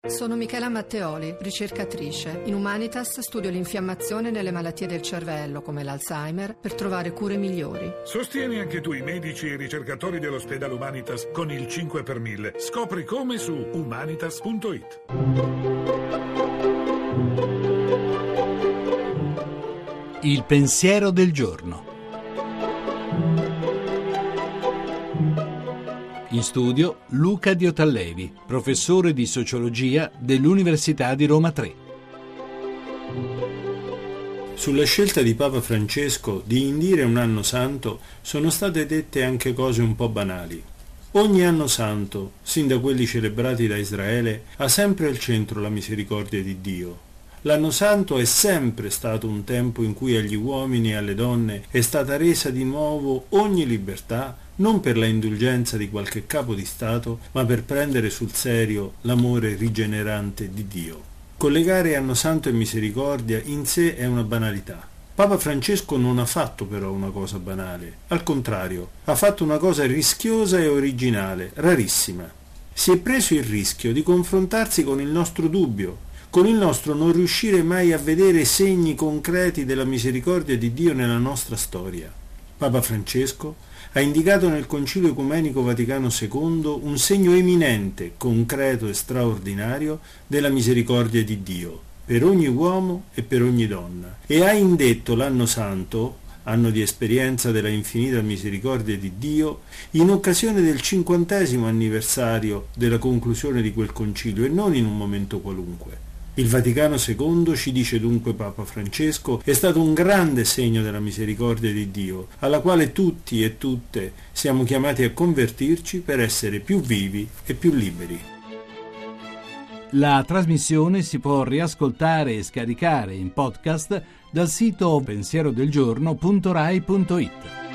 Sono Michela Matteoli, ricercatrice. In Humanitas studio l'infiammazione nelle malattie del cervello, come l'Alzheimer, per trovare cure migliori. Sostieni anche tu i medici e i ricercatori dell'ospedale Humanitas con il 5 per 1000. Scopri come su humanitas.it. Il pensiero del giorno. In studio Luca Diotallevi, professore di sociologia dell'Università di Roma III. Sulla scelta di Papa Francesco di indire un anno santo sono state dette anche cose un po' banali. Ogni anno santo, sin da quelli celebrati da Israele, ha sempre al centro la misericordia di Dio. L'anno santo è sempre stato un tempo in cui agli uomini e alle donne è stata resa di nuovo ogni libertà, non per la indulgenza di qualche capo di Stato, ma per prendere sul serio l'amore rigenerante di Dio. Collegare anno santo e misericordia in sé è una banalità. Papa Francesco non ha fatto però una cosa banale, al contrario, ha fatto una cosa rischiosa e originale, rarissima. Si è preso il rischio di confrontarsi con il nostro dubbio, con il nostro non riuscire mai a vedere segni concreti della misericordia di Dio nella nostra storia. Papa Francesco ha indicato nel Concilio Ecumenico Vaticano II un segno eminente, concreto e straordinario della misericordia di Dio, per ogni uomo e per ogni donna, e ha indetto l'anno santo, anno di esperienza della infinita misericordia di Dio, in occasione del 50° anniversario della conclusione di quel concilio e non in un momento qualunque. Il Vaticano II, ci dice dunque Papa Francesco, è stato un grande segno della misericordia di Dio, alla quale tutti e tutte siamo chiamati a convertirci per essere più vivi e più liberi. La trasmissione si può riascoltare e scaricare in podcast dal sito pensierodelgiorno.rai.it.